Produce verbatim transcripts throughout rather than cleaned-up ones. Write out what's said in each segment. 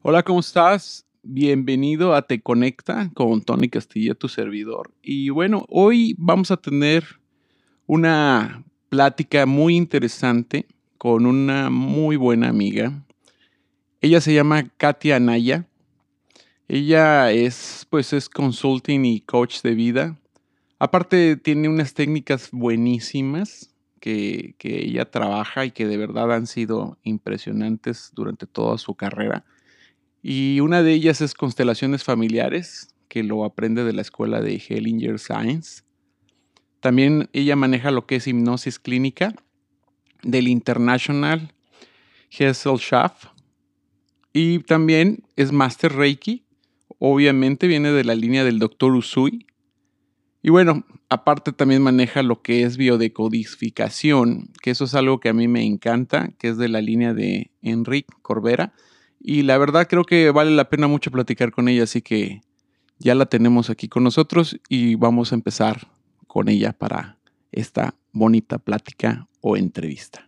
Hola, ¿cómo estás? Bienvenido a Te Conecta con Tony Castillo, tu servidor. Y bueno, hoy vamos a tener una plática muy interesante con una muy buena amiga. Ella se llama Katia Anaya. Ella es, pues, es consulting y coach de vida. Aparte, tiene unas técnicas buenísimas que, que ella trabaja y que de verdad han sido impresionantes durante toda su carrera. Y una de ellas es constelaciones familiares, que lo aprende de la escuela de Hellinger Science. También ella maneja lo que es hipnosis clínica del International Gesellschaft. Y también es Master Reiki. Obviamente viene de la línea del doctor Usui. Y bueno, aparte también maneja lo que es biodecodificación, que eso es algo que a mí me encanta, que es de la línea de Enrique Corbera. Y la verdad creo que vale la pena mucho platicar con ella, así que ya la tenemos aquí con nosotros y vamos a empezar con ella para esta bonita plática o entrevista.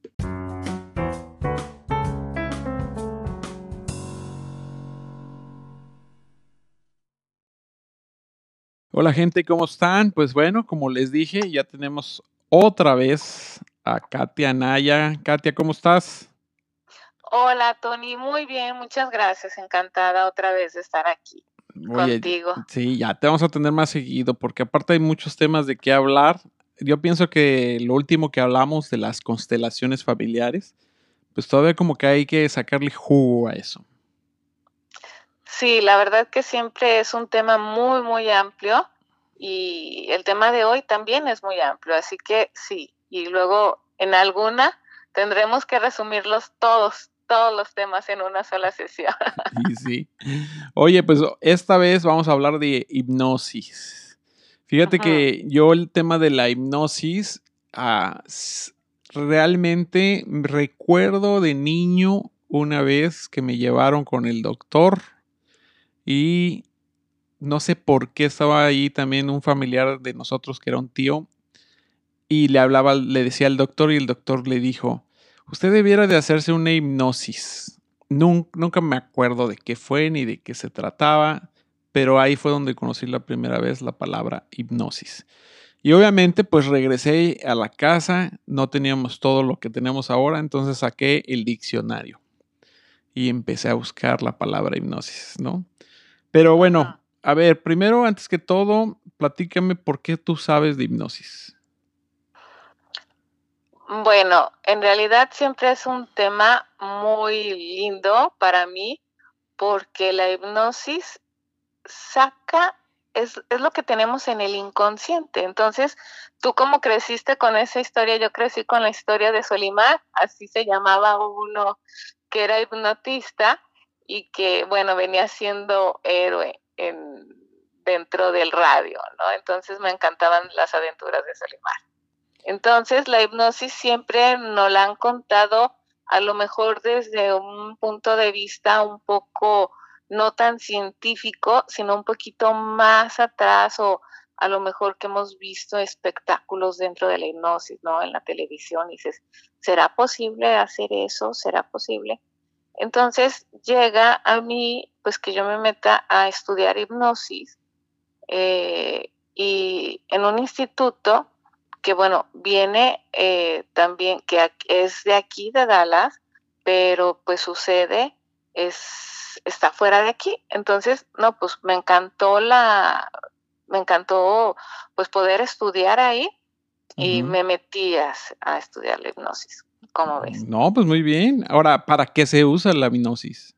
Hola gente, ¿cómo están? Pues bueno, como les dije, ya tenemos otra vez a Katia Anaya. Katia, ¿cómo estás? Hola Tony, muy bien, muchas gracias, encantada otra vez de estar aquí Oye, contigo. sí, ya te vamos a tener más seguido porque aparte hay muchos temas de qué hablar. Yo pienso que lo último que hablamos de las constelaciones familiares, pues todavía como que hay que sacarle jugo a eso. Sí, la verdad que siempre es un tema muy, muy amplio y el tema de hoy también es muy amplio, así que sí, y luego en alguna tendremos que resumirlos todos, todos los temas en una sola sesión. Y sí. Oye, pues esta vez vamos a hablar de hipnosis. Fíjate Ujú. que yo el tema de la hipnosis, ah, s- realmente recuerdo de niño una vez que me llevaron con el doctor y no sé por qué estaba ahí también un familiar de nosotros que era un tío y le hablaba, le decía al doctor y el doctor le dijo, usted debiera de hacerse una hipnosis. Nun- nunca me acuerdo de qué fue ni de qué se trataba, pero ahí fue donde conocí la primera vez la palabra hipnosis. Y obviamente pues regresé a la casa, no teníamos todo lo que tenemos ahora, entonces saqué el diccionario y empecé a buscar la palabra hipnosis, ¿no? Pero Ujú. bueno, a ver, primero, antes que todo, platícame por qué tú sabes de hipnosis. Bueno, en realidad siempre es un tema muy lindo para mí porque la hipnosis saca es es lo que tenemos en el inconsciente. Entonces, tú como creciste con esa historia, yo crecí con la historia de Solimar, así se llamaba uno que era hipnotista y que, bueno, venía siendo héroe en dentro del radio, ¿no? Entonces, me encantaban las aventuras de Solimar. Entonces, la hipnosis siempre nos la han contado, a lo mejor desde un punto de vista un poco no tan científico, sino un poquito más atrás, o a lo mejor que hemos visto espectáculos dentro de la hipnosis, ¿no? En la televisión, y dices, ¿será posible hacer eso? ¿Será posible? Entonces llega a mí, pues que yo me meta a estudiar hipnosis eh, y en un instituto que, bueno, viene eh, también, que es de aquí, de Dallas, pero pues su sede es, está fuera de aquí. Entonces, no, pues me encantó la, me encantó pues poder estudiar ahí y Ujú. me metí a, a estudiar la hipnosis, ¿cómo ves? No, pues muy bien. Ahora, ¿para qué se usa la hipnosis?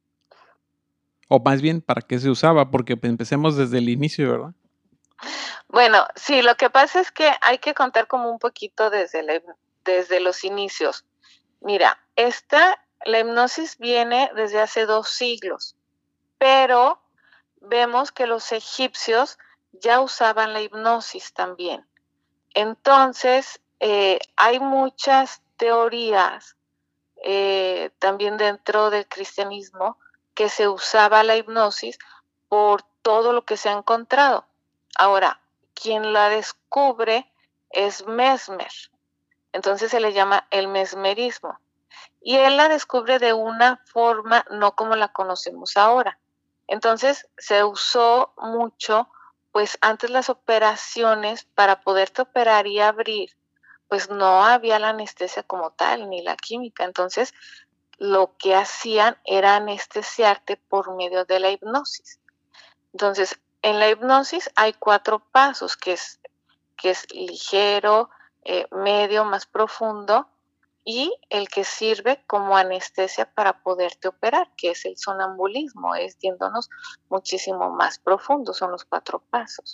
O más bien, ¿para qué se usaba? Porque pues, empecemos desde el inicio, ¿verdad? Bueno, sí, lo que pasa es que hay que contar como un poquito desde, la, desde los inicios. Mira, esta, la hipnosis viene desde hace dos siglos, pero vemos que los egipcios ya usaban la hipnosis también. Entonces, eh, hay muchas teorías eh, también dentro del cristianismo que se usaba la hipnosis por todo lo que se ha encontrado. Ahora, quien la descubre es Mesmer, entonces se le llama el mesmerismo. y él la descubre de una forma no como la conocemos ahora. Entonces se usó mucho, pues antes las operaciones para poderte operar y abrir, pues no había la anestesia como tal, ni la química. Entonces lo que hacían era anestesiarte por medio de la hipnosis. Entonces, en la hipnosis hay cuatro pasos, que es, que es ligero, eh, medio, más profundo, y el que sirve como anestesia para poderte operar, que es el sonambulismo, es yéndonos muchísimo más profundo, son los cuatro pasos.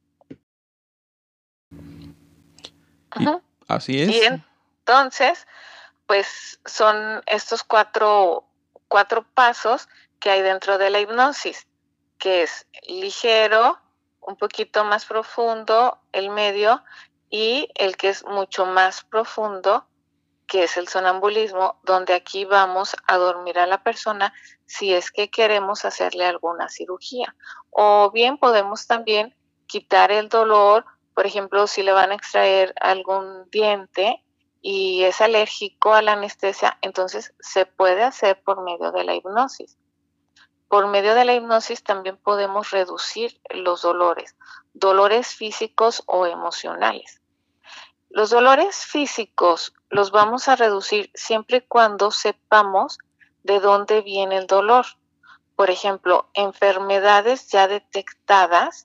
Uh-huh. Así es. Y entonces, pues son estos cuatro, cuatro pasos que hay dentro de la hipnosis, que es ligero, un poquito más profundo, el medio, y el que es mucho más profundo, que es el sonambulismo, donde aquí vamos a dormir a la persona si es que queremos hacerle alguna cirugía. O bien podemos también quitar el dolor, por ejemplo, si le van a extraer algún diente y es alérgico a la anestesia, entonces se puede hacer por medio de la hipnosis. Por medio de la hipnosis también podemos reducir los dolores, dolores físicos o emocionales. Los dolores físicos los vamos a reducir siempre y cuando sepamos de dónde viene el dolor. Por ejemplo, enfermedades ya detectadas,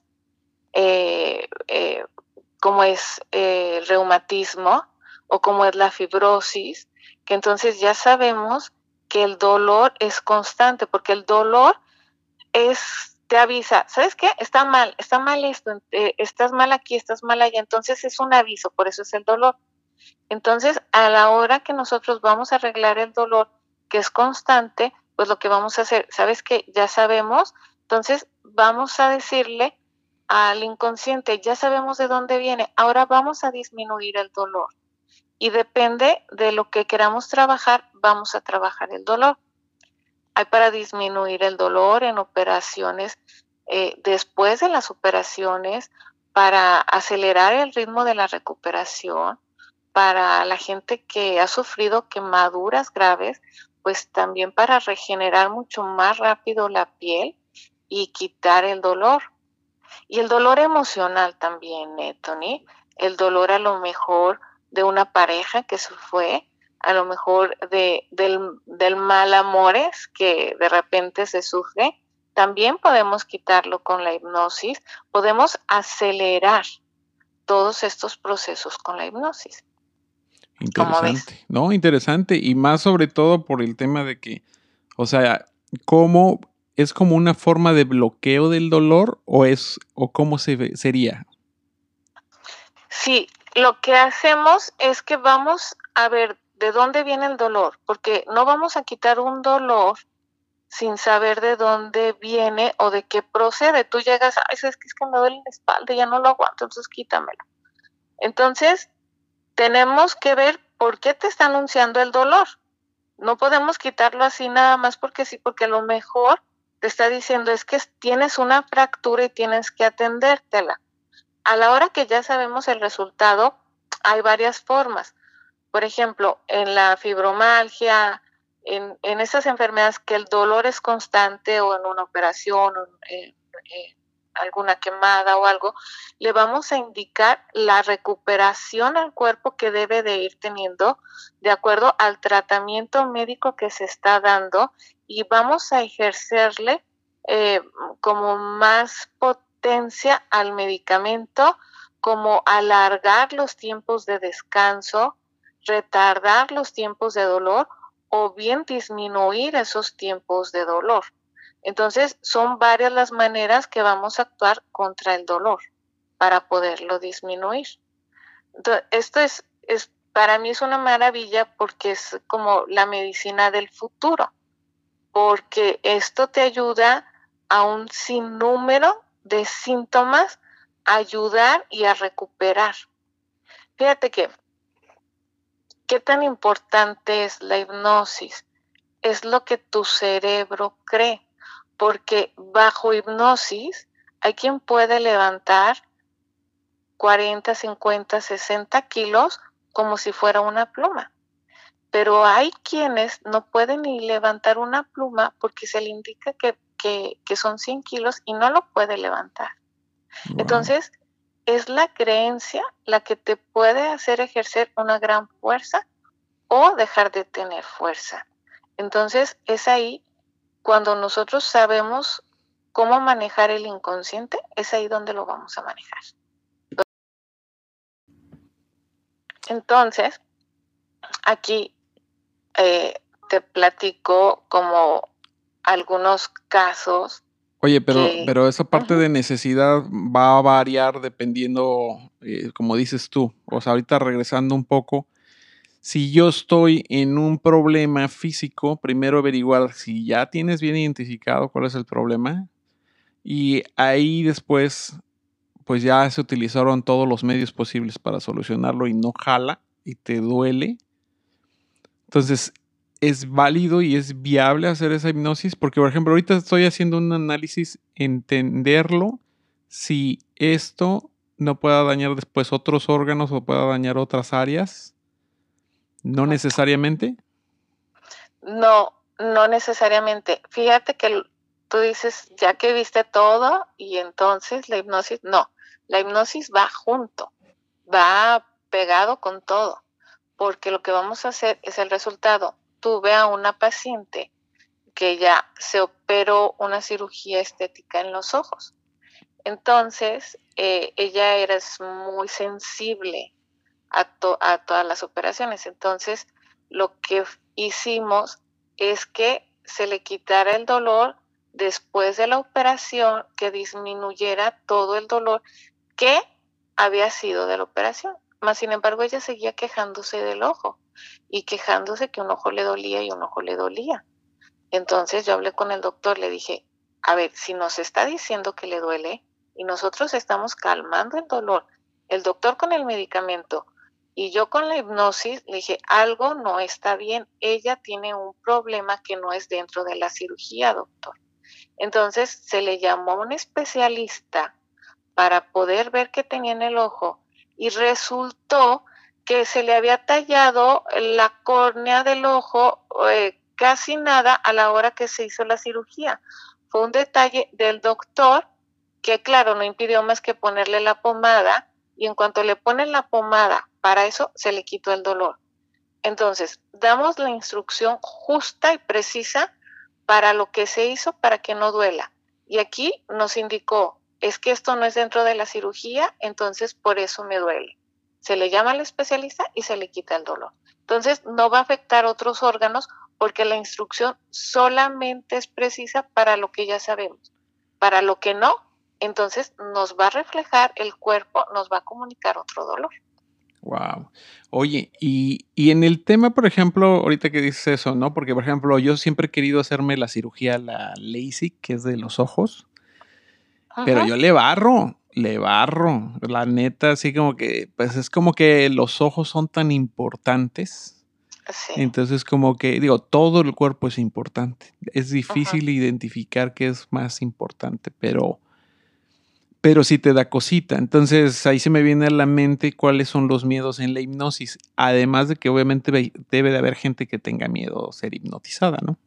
eh, eh, como es eh, el reumatismo o como es la fibrosis, que entonces ya sabemos que el dolor es constante, porque el dolor es, te avisa, ¿sabes qué? Está mal, está mal esto, eh, estás mal aquí, estás mal allá, entonces es un aviso, por eso es el dolor. Entonces, a la hora que nosotros vamos a arreglar el dolor, que es constante, pues lo que vamos a hacer, ¿sabes qué? Ya sabemos, entonces vamos a decirle al inconsciente, ya sabemos de dónde viene, ahora vamos a disminuir el dolor. Y depende de lo que queramos trabajar, vamos a trabajar el dolor. Hay para disminuir el dolor en operaciones, eh, después de las operaciones, para acelerar el ritmo de la recuperación, para la gente que ha sufrido quemaduras graves, pues también para regenerar mucho más rápido la piel y quitar el dolor. Y el dolor emocional también, ¿eh, Tony? El dolor a lo mejor de una pareja que se fue, a lo mejor de, del, del mal amores que de repente se sufre, también podemos quitarlo con la hipnosis, podemos acelerar todos estos procesos con la hipnosis. Interesante, ¿no? Interesante, y más sobre todo por el tema de que, o sea, ¿cómo es como una forma de bloqueo del dolor o es o cómo se ve, sería? Sí, lo que hacemos es que vamos a ver de dónde viene el dolor, porque no vamos a quitar un dolor sin saber de dónde viene o de qué procede. Tú llegas, ay, es que es que me duele la espalda, ya no lo aguanto, entonces quítamelo. Entonces, tenemos que ver por qué te está anunciando el dolor. No podemos quitarlo así nada más porque sí, porque a lo mejor te está diciendo es que tienes una fractura y tienes que atendértela. A la hora que ya sabemos el resultado, hay varias formas. Por ejemplo, en la fibromialgia, en, en esas enfermedades que el dolor es constante o en una operación, en, en alguna quemada o algo, le vamos a indicar la recuperación al cuerpo que debe de ir teniendo de acuerdo al tratamiento médico que se está dando y vamos a ejercerle eh, como más potencia al medicamento, como alargar los tiempos de descanso, retardar los tiempos de dolor o bien disminuir esos tiempos de dolor. Entonces, son varias las maneras que vamos a actuar contra el dolor para poderlo disminuir. Entonces, esto es, es, para mí es una maravilla porque es como la medicina del futuro, porque esto te ayuda a un sinnúmero de síntomas a ayudar y a recuperar. Fíjate que ¿qué tan importante es la hipnosis? Es lo que tu cerebro cree, porque bajo hipnosis hay quien puede levantar cuarenta, cincuenta, sesenta kilos como si fuera una pluma. pero hay quienes no pueden ni levantar una pluma porque se le indica que, que, que son cien kilos y no lo puede levantar. Wow. Entonces, es la creencia la que te puede hacer ejercer una gran fuerza o dejar de tener fuerza. Entonces, es ahí cuando nosotros sabemos cómo manejar el inconsciente, es ahí donde lo vamos a manejar. Entonces, aquí eh, te platico como algunos casos. Oye, pero, que, pero esa parte uh-huh. de necesidad va a variar dependiendo, eh, como dices tú. O sea, ahorita regresando un poco, si yo estoy en un problema físico, primero averiguar si ya tienes bien identificado cuál es el problema y ahí después, pues ya se utilizaron todos los medios posibles para solucionarlo y no jala y te duele. Entonces, es válido y es viable hacer esa hipnosis porque, por ejemplo, ahorita estoy haciendo un análisis, entenderlo, si esto no pueda dañar después otros órganos o pueda dañar otras áreas. ¿No necesariamente? No, no necesariamente. Fíjate que tú dices, ya que viste todo, y entonces la hipnosis, no, la hipnosis va junto, va pegado con todo, porque lo que vamos a hacer es el resultado. Tuve a una paciente que ya se operó una cirugía estética en los ojos. Entonces, eh, ella era muy sensible a, to a todas las operaciones. Entonces, lo que hicimos es que se le quitara el dolor después de la operación, que disminuyera todo el dolor que había sido de la operación. Mas, sin embargo, ella seguía quejándose del ojo y quejándose que un ojo le dolía y un ojo le dolía. Entonces yo hablé con el doctor, le dije, a ver, si nos está diciendo que le duele y nosotros estamos calmando el dolor, el doctor con el medicamento y yo con la hipnosis, le dije, algo no está bien, ella tiene un problema que no es dentro de la cirugía, doctor. Entonces se le llamó a un especialista para poder ver qué tenía en el ojo y resultó que se le había tallado la córnea del ojo eh, casi nada a la hora que se hizo la cirugía. Fue un detalle del doctor que, claro, no impidió más que ponerle la pomada y en cuanto le ponen la pomada, para eso se le quitó el dolor. Entonces, damos la instrucción justa y precisa para lo que se hizo para que no duela. Y aquí nos indicó, es que esto no es dentro de la cirugía, entonces por eso me duele. Se le llama al especialista y se le quita el dolor. Entonces, no va a afectar otros órganos porque la instrucción solamente es precisa para lo que ya sabemos. Para lo que no, entonces nos va a reflejar el cuerpo, nos va a comunicar otro dolor. Wow. Oye, y, y en el tema, por ejemplo, ahorita que dices eso, ¿no? Porque, por ejemplo, yo siempre he querido hacerme la cirugía, la LASIK, que es de los ojos, uh-huh. Pero yo le barro, le barro. La neta, así como que, pues es como que los ojos son tan importantes. Sí. Entonces, como que, digo, todo el cuerpo es importante. Es difícil uh-huh. identificar qué es más importante, pero... pero sí te da cosita. Entonces ahí se me viene a la mente cuáles son los miedos en la hipnosis. Además de que obviamente debe de haber gente que tenga miedo a ser hipnotizada, ¿no?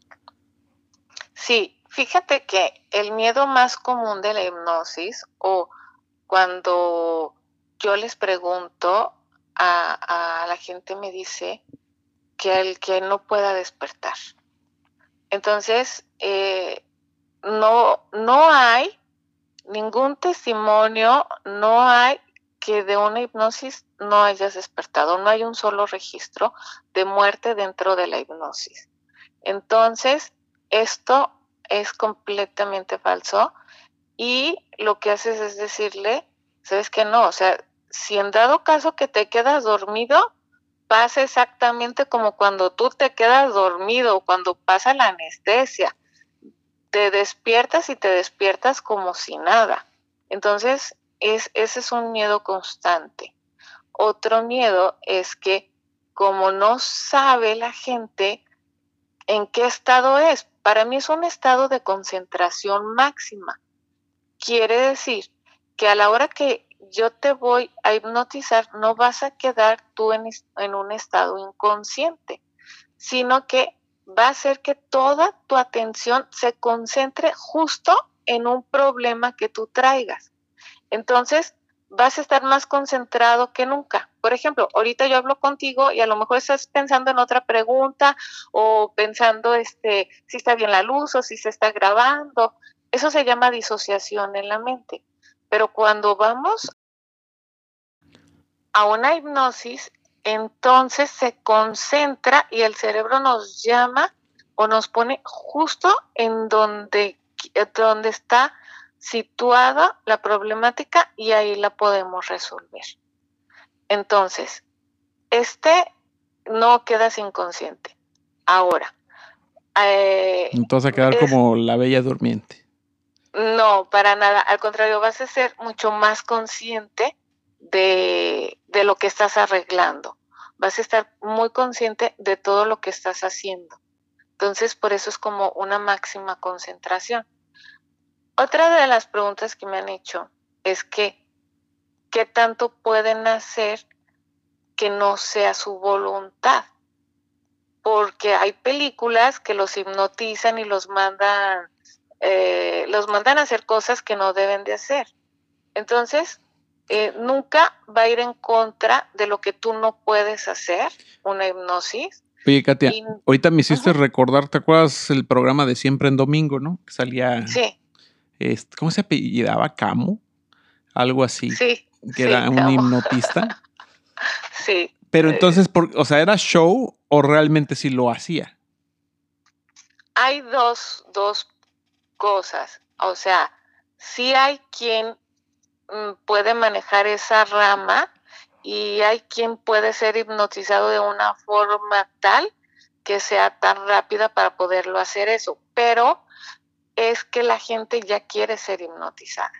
Sí, fíjate que el miedo más común de la hipnosis, o cuando yo les pregunto a, a la gente, me dice que el que no pueda despertar. Entonces, eh, no, no hay ningún testimonio, no hay que de una hipnosis no hayas despertado, no hay un solo registro de muerte dentro de la hipnosis. Entonces, esto es completamente falso y lo que haces es decirle, ¿sabes qué? No, o sea, si en dado caso que te quedas dormido, pasa exactamente como cuando tú te quedas dormido, cuando pasa la anestesia. Te despiertas y te despiertas como si nada. Entonces, es, ese es un miedo constante. Otro miedo es que como no sabe la gente en qué estado es, para mí es un estado de concentración máxima. Quiere decir que a la hora que, yo te voy a hipnotizar, no vas a quedar tú en, en un estado inconsciente, sino que va a hacer que toda tu atención se concentre justo en un problema que tú traigas. Entonces, vas a estar más concentrado que nunca. Por ejemplo, ahorita yo hablo contigo y a lo mejor estás pensando en otra pregunta o pensando este, si está bien la luz o si se está grabando. Eso se llama disociación en la mente. Pero cuando vamos a una hipnosis, entonces se concentra y el cerebro nos llama o nos pone justo en donde, donde está situada la problemática y ahí la podemos resolver. Entonces, este no quedas inconsciente. Ahora. Eh, Entonces a quedar es, como la bella durmiente. No, para nada. Al contrario, vas a ser mucho más consciente de, de lo que estás arreglando. Vas a estar muy consciente de todo lo que estás haciendo. Entonces, por eso es como una máxima concentración. Otra de las preguntas que me han hecho es que, ¿qué tanto pueden hacer que no sea su voluntad? Porque hay películas que los hipnotizan y los mandan, eh, los mandan a hacer cosas que no deben de hacer. Entonces, eh, nunca va a ir en contra de lo que tú no puedes hacer, una hipnosis. Oye, Katia, y, ahorita me hiciste uh-huh. recordar, ¿te acuerdas el programa de Siempre en Domingo, no? Que salía, sí. Este, ¿cómo se apellidaba? ¿Camo? Algo así. Sí. Que sí, era un Camo. hipnotista. Sí. Pero entonces, por, o sea, ¿era show o realmente sí lo hacía? Hay dos, dos cosas. O sea, sí hay quien mm, puede manejar esa rama y hay quien puede ser hipnotizado de una forma tal que sea tan rápida para poderlo hacer eso. Pero es que la gente ya quiere ser hipnotizada.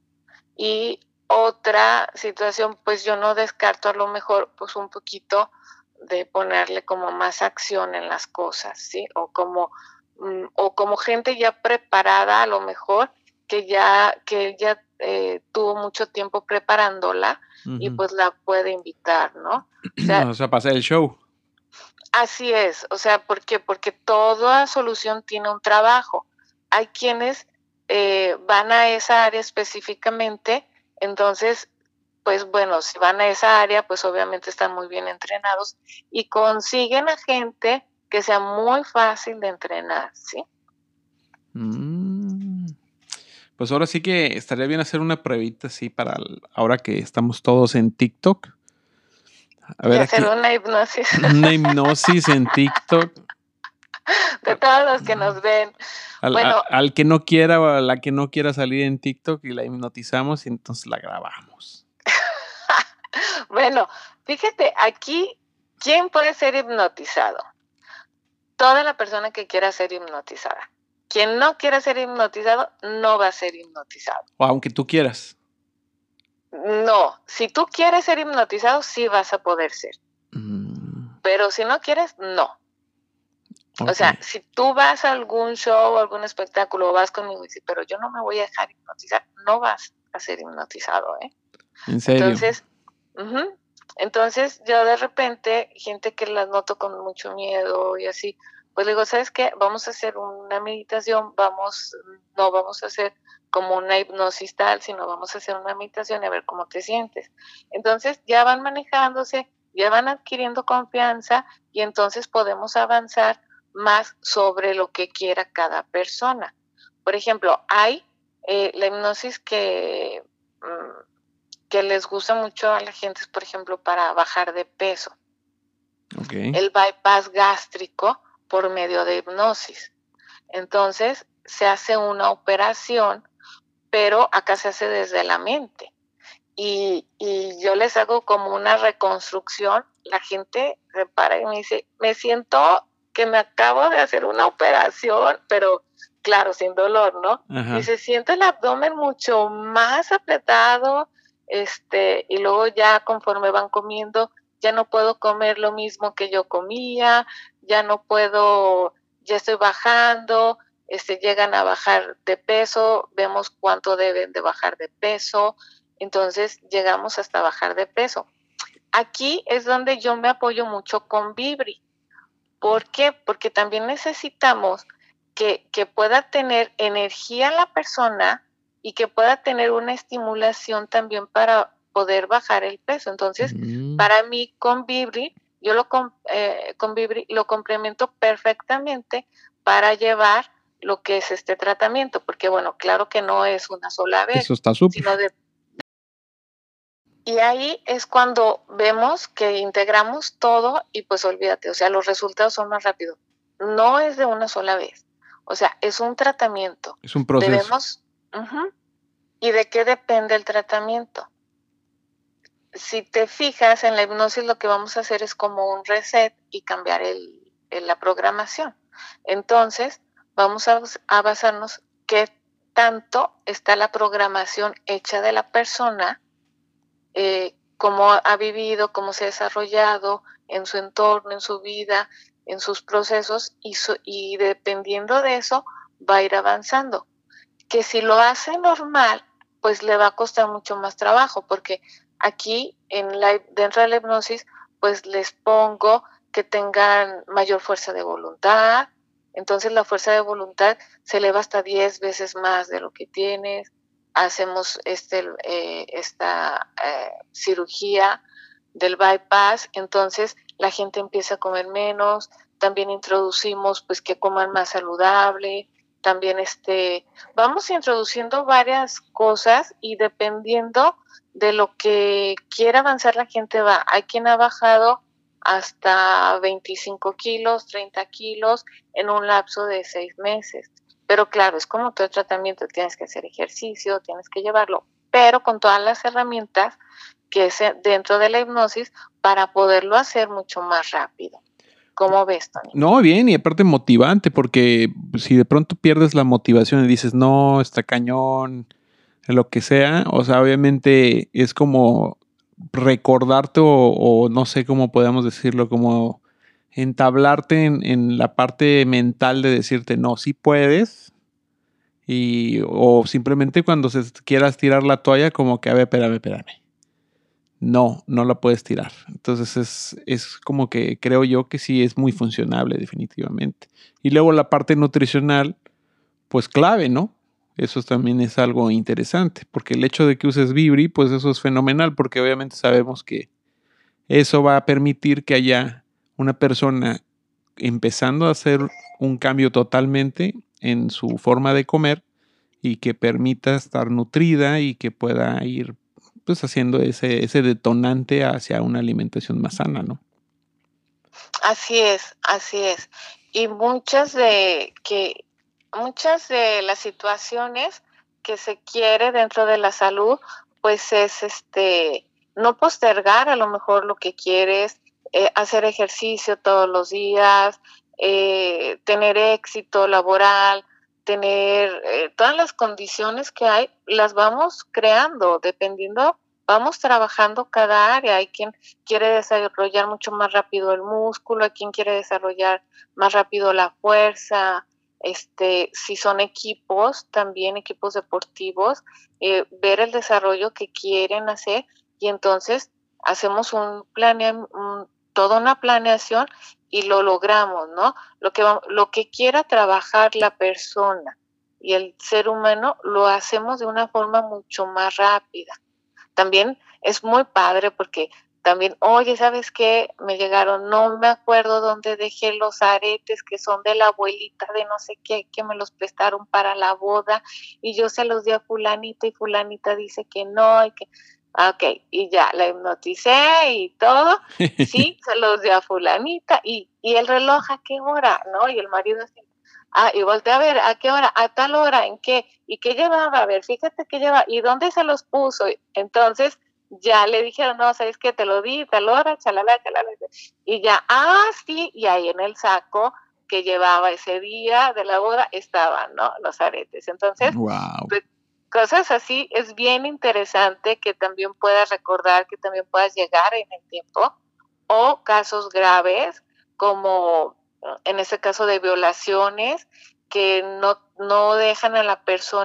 Y otra situación, pues yo no descarto a lo mejor pues un poquito de ponerle como más acción en las cosas, ¿sí? O como, mm, o como gente ya preparada a lo mejor, que ya, que ya eh, tuvo mucho tiempo preparándola uh-huh. y pues la puede invitar, ¿no? O sea, o sea, para hacer el show. Así es, o sea, ¿por qué? Porque toda solución tiene un trabajo. Hay quienes eh, van a esa área específicamente, entonces, pues bueno, si van a esa área, pues obviamente están muy bien entrenados y consiguen a gente que sea muy fácil de entrenar, ¿sí? Mm. Pues ahora sí que estaría bien hacer una pruebita así para el, ahora que estamos todos en TikTok. A ver, y hacer aquí, una hipnosis. Una hipnosis en TikTok. De todos los que nos ven. Al, bueno, a, al que no quiera o a la que no quiera salir en TikTok y la hipnotizamos y entonces la grabamos. Bueno, fíjate, aquí, ¿quién puede ser hipnotizado? Toda la persona que quiera ser hipnotizada. Quien no quiera ser hipnotizado, no va a ser hipnotizado. O aunque tú quieras. No, si tú quieres ser hipnotizado, sí vas a poder ser. Mm. Pero si no quieres, no. Okay. O sea, si tú vas a algún show o algún espectáculo o vas conmigo y dices, pero yo no me voy a dejar hipnotizar, no vas a ser hipnotizado, ¿eh? ¿En serio? Entonces, uh-huh. Entonces yo de repente, gente que las noto con mucho miedo y así, pues le digo, ¿sabes qué? Vamos a hacer una meditación, vamos, no vamos a hacer como una hipnosis tal, sino vamos a hacer una meditación y a ver cómo te sientes. Entonces ya van manejándose, ya van adquiriendo confianza y entonces podemos avanzar más sobre lo que quiera cada persona. Por ejemplo, hay eh, la hipnosis que, mmm, que les gusta mucho a la gente, es, por ejemplo, para bajar de peso. Okay. El bypass gástrico por medio de hipnosis. Entonces, se hace una operación, pero acá se hace desde la mente. Y, y yo les hago como una reconstrucción. La gente repara y me dice, me siento que me acabo de hacer una operación, pero claro, sin dolor, ¿no? Ajá. Y se siente el abdomen mucho más apretado, este, y luego ya conforme van comiendo, ya no puedo comer lo mismo que yo comía, ya no puedo, ya estoy bajando, este, llegan a bajar de peso, vemos cuánto deben de bajar de peso, entonces llegamos hasta bajar de peso. Aquí es donde yo me apoyo mucho con Vibri. ¿Por qué? Porque también necesitamos que, que pueda tener energía la persona y que pueda tener una estimulación también para poder bajar el peso. Entonces, mm. para mí con Vibri, yo lo, eh, con Vibri lo complemento perfectamente para llevar lo que es este tratamiento, porque bueno, claro que no es una sola vez. Eso está súper. Sino de, y ahí es cuando vemos que integramos todo y pues olvídate, o sea, los resultados son más rápidos. No es de una sola vez, o sea, es un tratamiento. Es un proceso. Debemos, uh-huh. ¿Y de qué depende el tratamiento? Si te fijas, en la hipnosis lo que vamos a hacer es como un reset y cambiar el, el, la programación. Entonces, vamos a, a basarnos qué tanto está la programación hecha de la persona, Eh, cómo ha vivido, cómo se ha desarrollado en su entorno, en su vida, en sus procesos, y, su, y dependiendo de eso va a ir avanzando. Que si lo hace normal, pues le va a costar mucho más trabajo, porque aquí en la, dentro de la hipnosis, pues les pongo que tengan mayor fuerza de voluntad, entonces la fuerza de voluntad se eleva hasta diez veces más de lo que tienes. Hacemos este, eh, esta eh, cirugía del bypass, entonces la gente empieza a comer menos, también introducimos pues que coman más saludable, también este, vamos introduciendo varias cosas y dependiendo de lo que quiera avanzar la gente va. Hay quien ha bajado hasta veinticinco kilos, treinta kilos en un lapso de seis meses. Pero claro, es como todo el tratamiento, tienes que hacer ejercicio, tienes que llevarlo, pero con todas las herramientas que es dentro de la hipnosis para poderlo hacer mucho más rápido. ¿Cómo ves, Tony? No, bien, y aparte motivante, porque si de pronto pierdes la motivación y dices, no, está cañón, lo que sea, o sea, obviamente es como recordarte o, o no sé cómo podemos decirlo, como entablarte en, en la parte mental de decirte, no, sí puedes, y o simplemente cuando se quieras tirar la toalla, como que, a ver, espérame, espérame. No, no la puedes tirar. Entonces es, es como que creo yo que sí es muy funcionable definitivamente. Y luego la parte nutricional, pues clave, ¿no? Eso también es algo interesante, porque el hecho de que uses Vibri, pues eso es fenomenal, porque obviamente sabemos que eso va a permitir que haya una persona empezando a hacer un cambio totalmente en su forma de comer y que permita estar nutrida y que pueda ir pues haciendo ese, ese detonante hacia una alimentación más sana, ¿no? Así es, así es. Y muchas de que muchas de las situaciones que se quiere dentro de la salud, pues es este no postergar a lo mejor lo que quieres, eh, hacer ejercicio todos los días, eh, tener éxito laboral, tener eh, todas las condiciones que hay, las vamos creando dependiendo, vamos trabajando cada área. Hay quien quiere desarrollar mucho más rápido el músculo, hay quien quiere desarrollar más rápido la fuerza, este, si son equipos, también equipos deportivos, eh, ver el desarrollo que quieren hacer y entonces hacemos un planea, un, toda una planeación y lo logramos, ¿no? Lo que, lo que quiera trabajar la persona y el ser humano lo hacemos de una forma mucho más rápida. También es muy padre porque también, oye, ¿sabes qué? Me llegaron, no me acuerdo dónde dejé los aretes que son de la abuelita de no sé qué, que me los prestaron para la boda y yo se los di a fulanita y fulanita dice que no y que, ok, y ya, la hipnoticé y todo, sí, se los di a fulanita y, y el reloj, ¿a qué hora? ¿No? Y el marido así, ah, y volteé a ver, ¿a qué hora? ¿A tal hora? ¿En qué? ¿Y qué llevaba? A ver, fíjate qué lleva. ¿Y dónde se los puso? Entonces, ya le dijeron, no, ¿sabes qué? Te lo di, tal hora, chalala, chalala. Y ya, ah, sí, y ahí en el saco que llevaba ese día de la boda estaban, ¿no? Los aretes. Entonces, wow. pues, cosas así es bien interesante que también puedas recordar, que también puedas llegar en el tiempo. O casos graves como en ese caso de violaciones que no, no dejan a la persona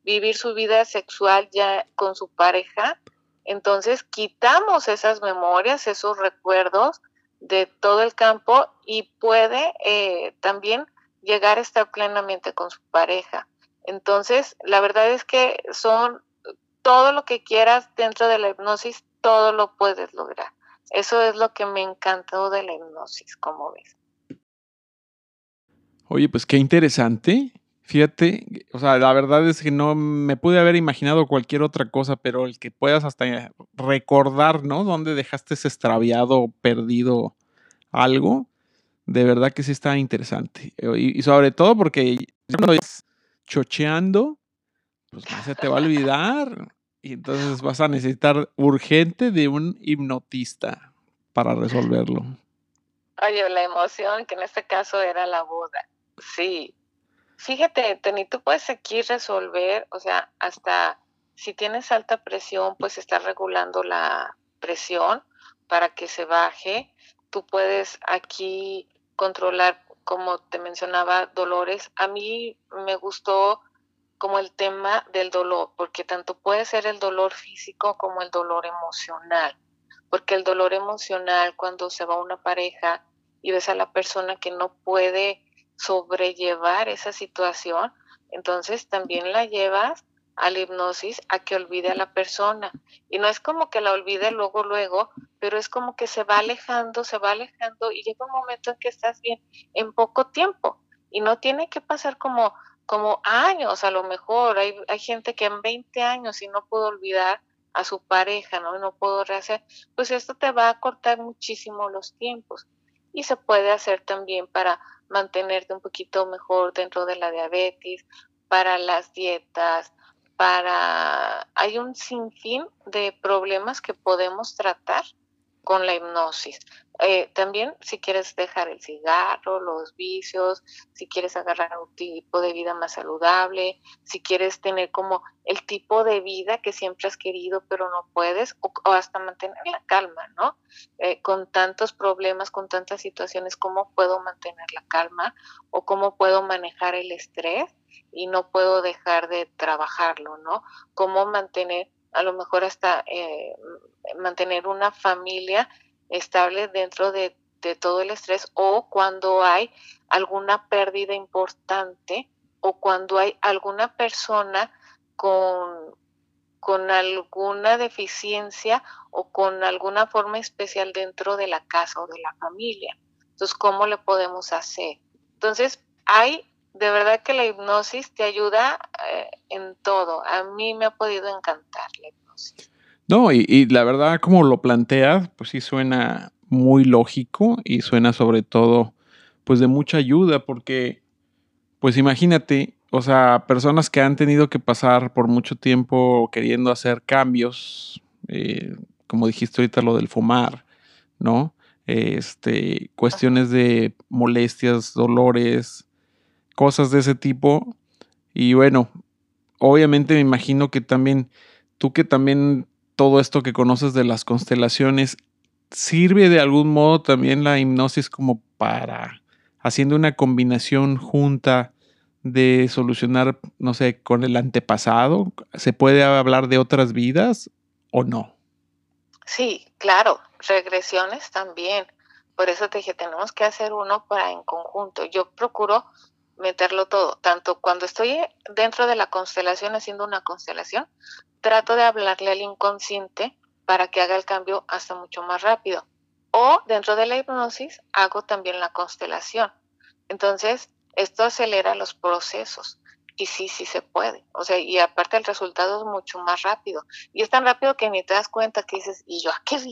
vivir su vida sexual ya con su pareja, entonces quitamos esas memorias, esos recuerdos de todo el campo y puede eh, también llegar a estar plenamente con su pareja. Entonces, la verdad es que son todo lo que quieras dentro de la hipnosis, todo lo puedes lograr. Eso es lo que me encantó de la hipnosis, como ves. Oye, pues qué interesante. Fíjate, o sea, la verdad es que no me pude haber imaginado cualquier otra cosa, pero el que puedas hasta recordar, ¿no? Dónde dejaste ese extraviado, perdido algo, de verdad que sí está interesante. Y, y sobre todo porque cuando estás chocheando, pues más se te va a olvidar. Y entonces vas a necesitar urgente de un hipnotista para resolverlo. Oye, la emoción, que en este caso era la boda. Sí. Fíjate, Tony, tú puedes aquí resolver, o sea, hasta si tienes alta presión, pues estás regulando la presión para que se baje. Tú puedes aquí controlar, como te mencionaba, dolores. A mí me gustó como el tema del dolor, porque tanto puede ser el dolor físico como el dolor emocional, porque el dolor emocional cuando se va una pareja y ves a la persona que no puede sobrellevar esa situación, entonces también la llevas a la hipnosis a que olvide a la persona. Y no es como que la olvide luego, luego, pero es como que se va alejando, se va alejando y llega un momento en que estás bien en poco tiempo. Y no tiene que pasar como, como años, a lo mejor. Hay, hay gente que en veinte años y no pudo olvidar a su pareja, ¿no? Y no puedo rehacer. Pues esto te va a cortar muchísimo los tiempos. Y se puede hacer también para mantenerte un poquito mejor dentro de la diabetes, para las dietas, para... Hay un sinfín de problemas que podemos tratar con la hipnosis. Eh, también si quieres dejar el cigarro, los vicios, si quieres agarrar un tipo de vida más saludable, si quieres tener como el tipo de vida que siempre has querido pero no puedes, o, o hasta mantener la calma, ¿no? Eh, con tantos problemas, con tantas situaciones, ¿cómo puedo mantener la calma? O ¿cómo puedo manejar el estrés y no puedo dejar de trabajarlo, ¿no? ¿Cómo mantener a lo mejor hasta eh, mantener una familia estable dentro de, de todo el estrés, o cuando hay alguna pérdida importante o cuando hay alguna persona con, con alguna deficiencia o con alguna forma especial dentro de la casa o de la familia? Entonces, ¿cómo le podemos hacer? Entonces, hay de verdad que la hipnosis te ayuda eh, en todo. A mí me ha podido encantar la hipnosis. No, y, y la verdad, como lo planteas, pues sí suena muy lógico y suena sobre todo, pues de mucha ayuda, porque, pues imagínate, o sea, personas que han tenido que pasar por mucho tiempo queriendo hacer cambios, eh, como dijiste ahorita, lo del fumar, ¿no? Este, cuestiones de molestias, dolores, cosas de ese tipo. Y bueno, obviamente me imagino que también, tú que también todo esto que conoces de las constelaciones, ¿sirve de algún modo también la hipnosis como para, haciendo una combinación junta de solucionar, no sé, con el antepasado? ¿Se puede hablar de otras vidas o no? Sí, claro, regresiones también. Por eso te dije, tenemos que hacer uno para en conjunto. Yo procuro meterlo todo, tanto cuando estoy dentro de la constelación haciendo una constelación, trato de hablarle al inconsciente para que haga el cambio hasta mucho más rápido. O dentro de la hipnosis hago también la constelación. Entonces, esto acelera los procesos. Y sí, sí se puede. O sea, y aparte el resultado es mucho más rápido. Y es tan rápido que ni te das cuenta que dices, ¿y yo a qué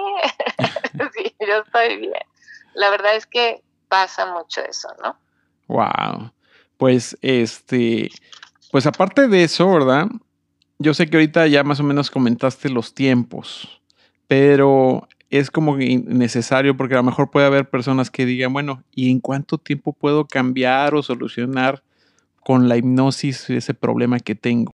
vine? Sí, yo estoy bien. La verdad es que pasa mucho eso, ¿no? Wow. Pues este, pues aparte de eso, ¿verdad? Yo sé que ahorita ya más o menos comentaste los tiempos, pero es como que necesario porque a lo mejor puede haber personas que digan, bueno, ¿y en cuánto tiempo puedo cambiar o solucionar con la hipnosis ese problema que tengo?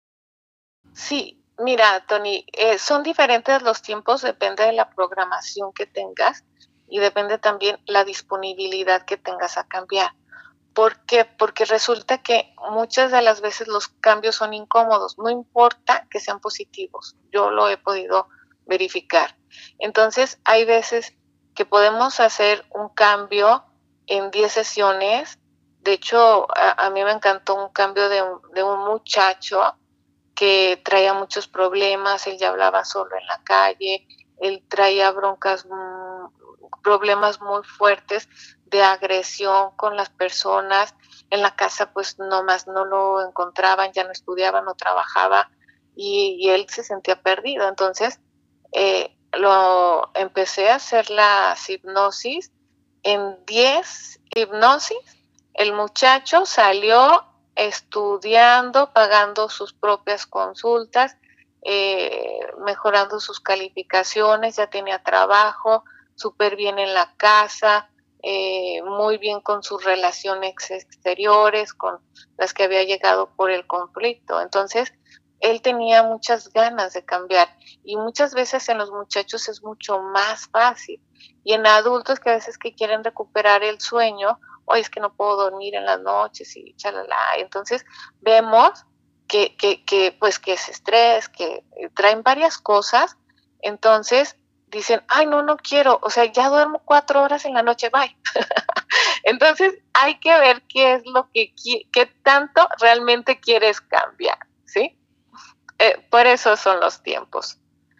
Sí, mira, Tony, eh, son diferentes los tiempos, depende de la programación que tengas y depende también la disponibilidad que tengas a cambiar. ¿Por qué? Porque resulta que muchas de las veces los cambios son incómodos, no importa que sean positivos, yo lo he podido verificar. Entonces, hay veces que podemos hacer un cambio en diez sesiones. De hecho, a, a mí me encantó un cambio de un, de un muchacho que traía muchos problemas, él ya hablaba solo en la calle, él traía broncas, problemas muy fuertes de agresión con las personas. En la casa pues nomás no lo encontraban, ya no estudiaba, no trabajaba y, y él se sentía perdido. Entonces eh, lo empecé a hacer las hipnosis. En diez hipnosis el muchacho salió estudiando, pagando sus propias consultas, eh, mejorando sus calificaciones, ya tenía trabajo, súper bien en la casa, eh, muy bien con sus relaciones exteriores, con las que había llegado por el conflicto. Entonces, él tenía muchas ganas de cambiar y muchas veces en los muchachos es mucho más fácil. Y en adultos que a veces que quieren recuperar el sueño, hoy es que no puedo dormir en las noches y chalala. Entonces vemos que, que, que, pues, que es estrés, que traen varias cosas. Entonces dicen, ay, no, no quiero, o sea, ya duermo cuatro horas en la noche, bye. Entonces hay que ver qué es lo que, qué tanto realmente quieres cambiar, ¿sí? Eh, por eso son los tiempos.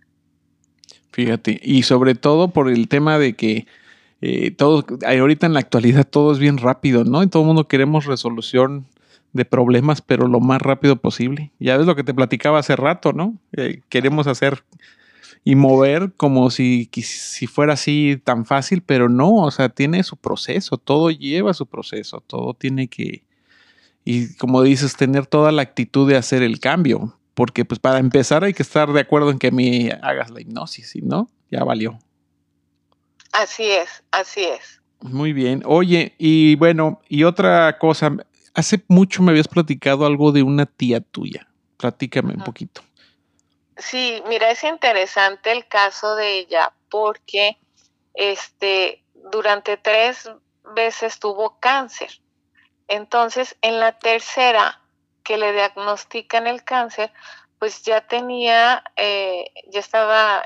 Fíjate, y sobre todo por el tema de que eh, todo, ahorita en la actualidad todo es bien rápido, ¿no? Y todo el mundo queremos resolución de problemas, pero lo más rápido posible. Ya ves lo que te platicaba hace rato, ¿no? Eh, queremos hacer y mover como si, si fuera así tan fácil, pero no, o sea, tiene su proceso, todo lleva su proceso, todo tiene que, y como dices, tener toda la actitud de hacer el cambio, porque pues para empezar hay que estar de acuerdo en que me hagas la hipnosis, si no, ya valió. Así es, así es. Muy bien. Oye, y bueno, y otra cosa, hace mucho me habías platicado algo de una tía tuya. Platícame uh-huh. un poquito. Sí, mira, es interesante el caso de ella porque este, durante tres veces tuvo cáncer. Entonces, en la tercera que le diagnostican el cáncer, pues ya tenía, eh, ya estaba,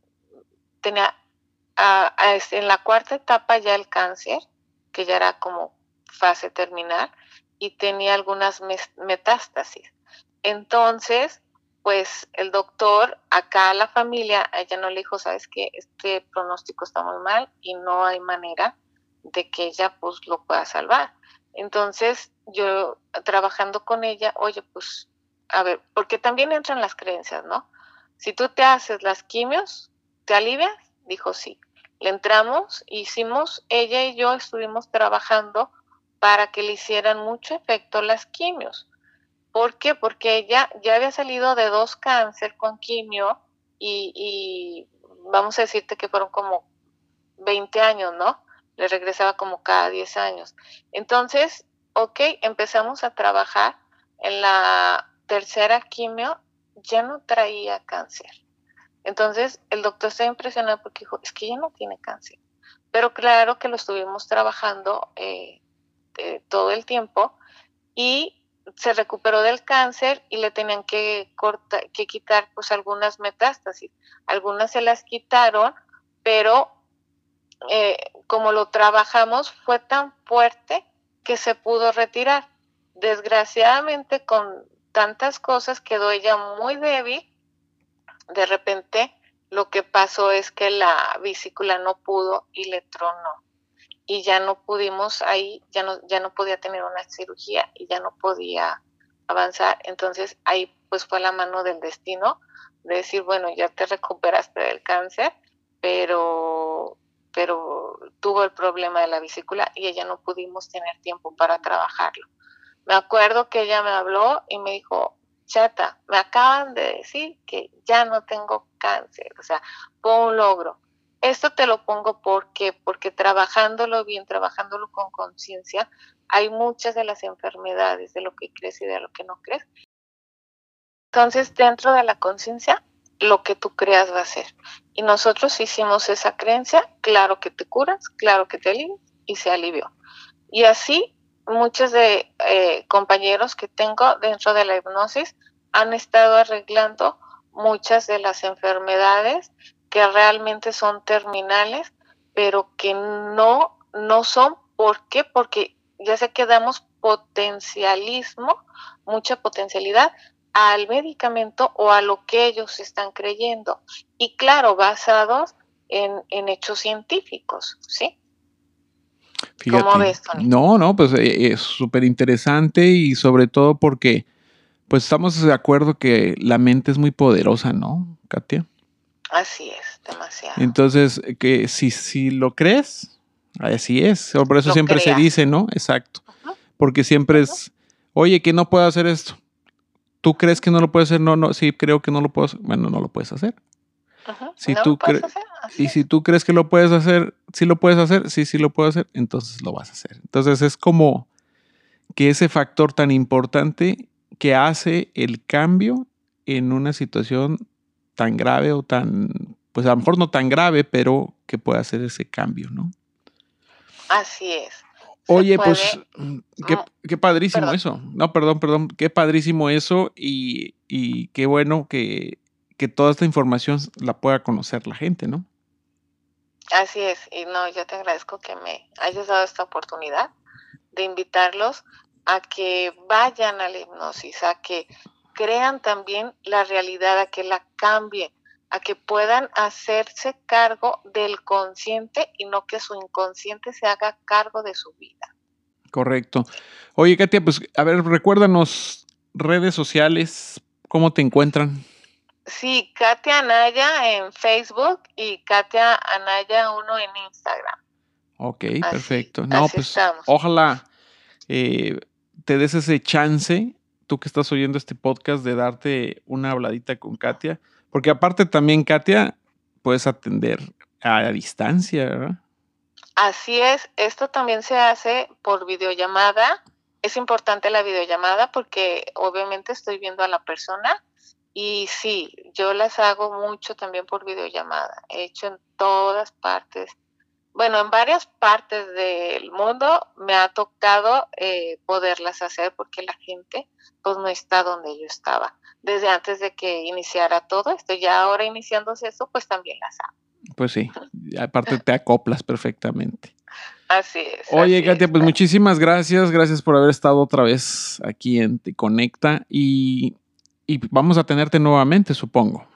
tenía a, a, en la cuarta etapa ya el cáncer, que ya era como fase terminal, y tenía algunas metástasis. Entonces, pues el doctor, acá a la familia, a ella no le dijo, ¿sabes qué? Este pronóstico está muy mal y no hay manera de que ella pues lo pueda salvar. Entonces, yo trabajando con ella, oye, pues, a ver, porque también entran las creencias, ¿no? Si tú te haces las quimios, ¿te alivias? Dijo sí. Le entramos, hicimos, ella y yo estuvimos trabajando para que le hicieran mucho efecto las quimios. ¿Por qué? Porque ella ya había salido de dos cáncer con quimio y, y vamos a decirte que fueron como veinte años, ¿no? Le regresaba como cada diez años. Entonces, ok, empezamos a trabajar. En la tercera quimio ya no traía cáncer. Entonces, el doctor estaba impresionado porque dijo, es que ella no tiene cáncer. Pero claro que lo estuvimos trabajando eh, eh, todo el tiempo y se recuperó del cáncer y le tenían que, cortar, que quitar pues algunas metástasis. Algunas se las quitaron, pero eh, como lo trabajamos fue tan fuerte que se pudo retirar. Desgraciadamente con tantas cosas quedó ella muy débil. De repente lo que pasó es que la vesícula no pudo y le tronó. Y ya no pudimos ahí, ya no, ya no podía tener una cirugía y ya no podía avanzar. Entonces ahí pues fue la mano del destino de decir, bueno, ya te recuperaste del cáncer, pero, pero tuvo el problema de la vesícula y ella no pudimos tener tiempo para trabajarlo. Me acuerdo que ella me habló y me dijo, Chata, me acaban de decir que ya no tengo cáncer, o sea, fue un logro. Esto te lo pongo porque, porque trabajándolo bien, trabajándolo con conciencia, hay muchas de las enfermedades, de lo que crees y de lo que no crees. Entonces, dentro de la conciencia, lo que tú creas va a ser. Y nosotros hicimos esa creencia, claro que te curas, claro que te alivias, y se alivió. Y así muchos de eh, compañeros que tengo dentro de la hipnosis han estado arreglando muchas de las enfermedades que realmente son terminales, pero que no, no son. ¿Por qué? Porque ya sé que damos potencialismo, mucha potencialidad al medicamento o a lo que ellos están creyendo. Y claro, basados en, en hechos científicos, ¿sí? Fíjate. ¿Cómo ves, Tony? No, no, pues eh, es súper interesante y sobre todo porque pues estamos de acuerdo que la mente es muy poderosa, ¿no, Katia? Así es, demasiado. Entonces, que si, si lo crees, así es. Por eso Lo siempre se creas. dice, ¿no? Exacto. Ujú. Porque siempre es, oye, que no puedo hacer esto. ¿Tú crees que no lo puedes hacer? No, no, sí, creo que no lo puedo hacer. Bueno, no lo puedes hacer. Ujú. Si ¿No tú lo puedes cre- hacer? Así y es. si tú crees que lo puedes hacer, sí lo puedes hacer, sí, sí lo puedo hacer, entonces lo vas a hacer. Entonces es como que ese factor tan importante que hace el cambio en una situación tan grave o tan, pues a lo mejor no tan grave, pero que puede hacer ese cambio, ¿no? Así es. Se Oye, puede, pues qué, mm, qué padrísimo perdón. eso. No, perdón, perdón, qué padrísimo eso y, y qué bueno que, que toda esta información la pueda conocer la gente, ¿no? Así es. Y no, yo te agradezco que me hayas dado esta oportunidad de invitarlos a que vayan a la hipnosis, a que crean también la realidad, a que la cambien, a que puedan hacerse cargo del consciente y no que su inconsciente se haga cargo de su vida. Correcto. Oye, Katia, pues a ver, recuérdanos redes sociales, ¿cómo te encuentran? Sí, Katia Anaya en Facebook y Katia Anaya uno en Instagram. Ok, Así, perfecto. No, así pues estamos. ojalá eh, te des ese chance, tú que estás oyendo este podcast, de darte una habladita con Katia, porque aparte también, Katia, puedes atender a la distancia, ¿verdad? Así es, esto también se hace por videollamada. Es importante la videollamada porque obviamente estoy viendo a la persona y sí, yo las hago mucho también por videollamada. He hecho en todas partes, bueno, en varias partes del mundo me ha tocado eh, poderlas hacer porque la gente pues no está donde yo estaba. Desde antes de que iniciara todo esto, ya ahora iniciándose eso, pues también las hago. Pues sí, aparte te acoplas perfectamente. Así es. Oye, así Katia, es. pues muchísimas gracias. Gracias por haber estado otra vez aquí en Te Conecta y, y vamos a tenerte nuevamente, supongo.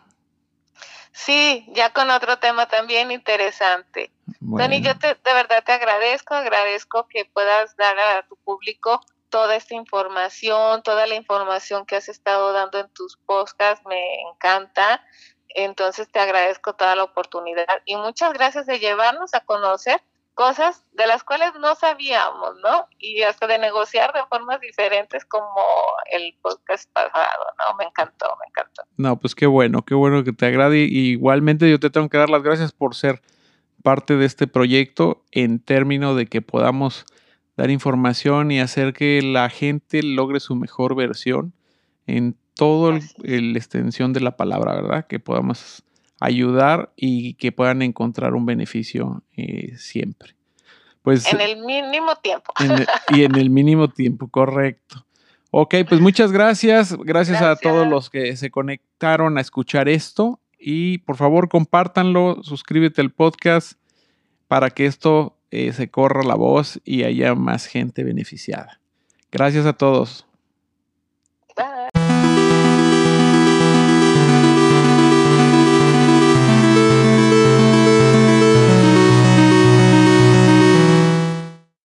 Sí, ya con otro tema también interesante. Bueno. Tony, yo te, de verdad te agradezco, agradezco que puedas dar a tu público toda esta información, toda la información que has estado dando en tus podcasts, me encanta. Entonces te agradezco toda la oportunidad y muchas gracias de llevarnos a conocer cosas de las cuales no sabíamos, ¿no? Y hasta de negociar de formas diferentes como el podcast pasado, ¿no? Me encantó, me encantó. No, pues qué bueno, qué bueno que te agrade. Y igualmente yo te tengo que dar las gracias por ser parte de este proyecto en términos de que podamos dar información y hacer que la gente logre su mejor versión en todo el, el extensión de la palabra, ¿verdad? Que podamos ayudar y que puedan encontrar un beneficio eh, siempre. Pues, en el mínimo tiempo. En, y en el mínimo tiempo, correcto. Ok, pues muchas gracias. gracias. Gracias a todos los que se conectaron a escuchar esto. Y por favor, compártanlo, suscríbete al podcast para que esto eh, se corra la voz y haya más gente beneficiada. Gracias a todos.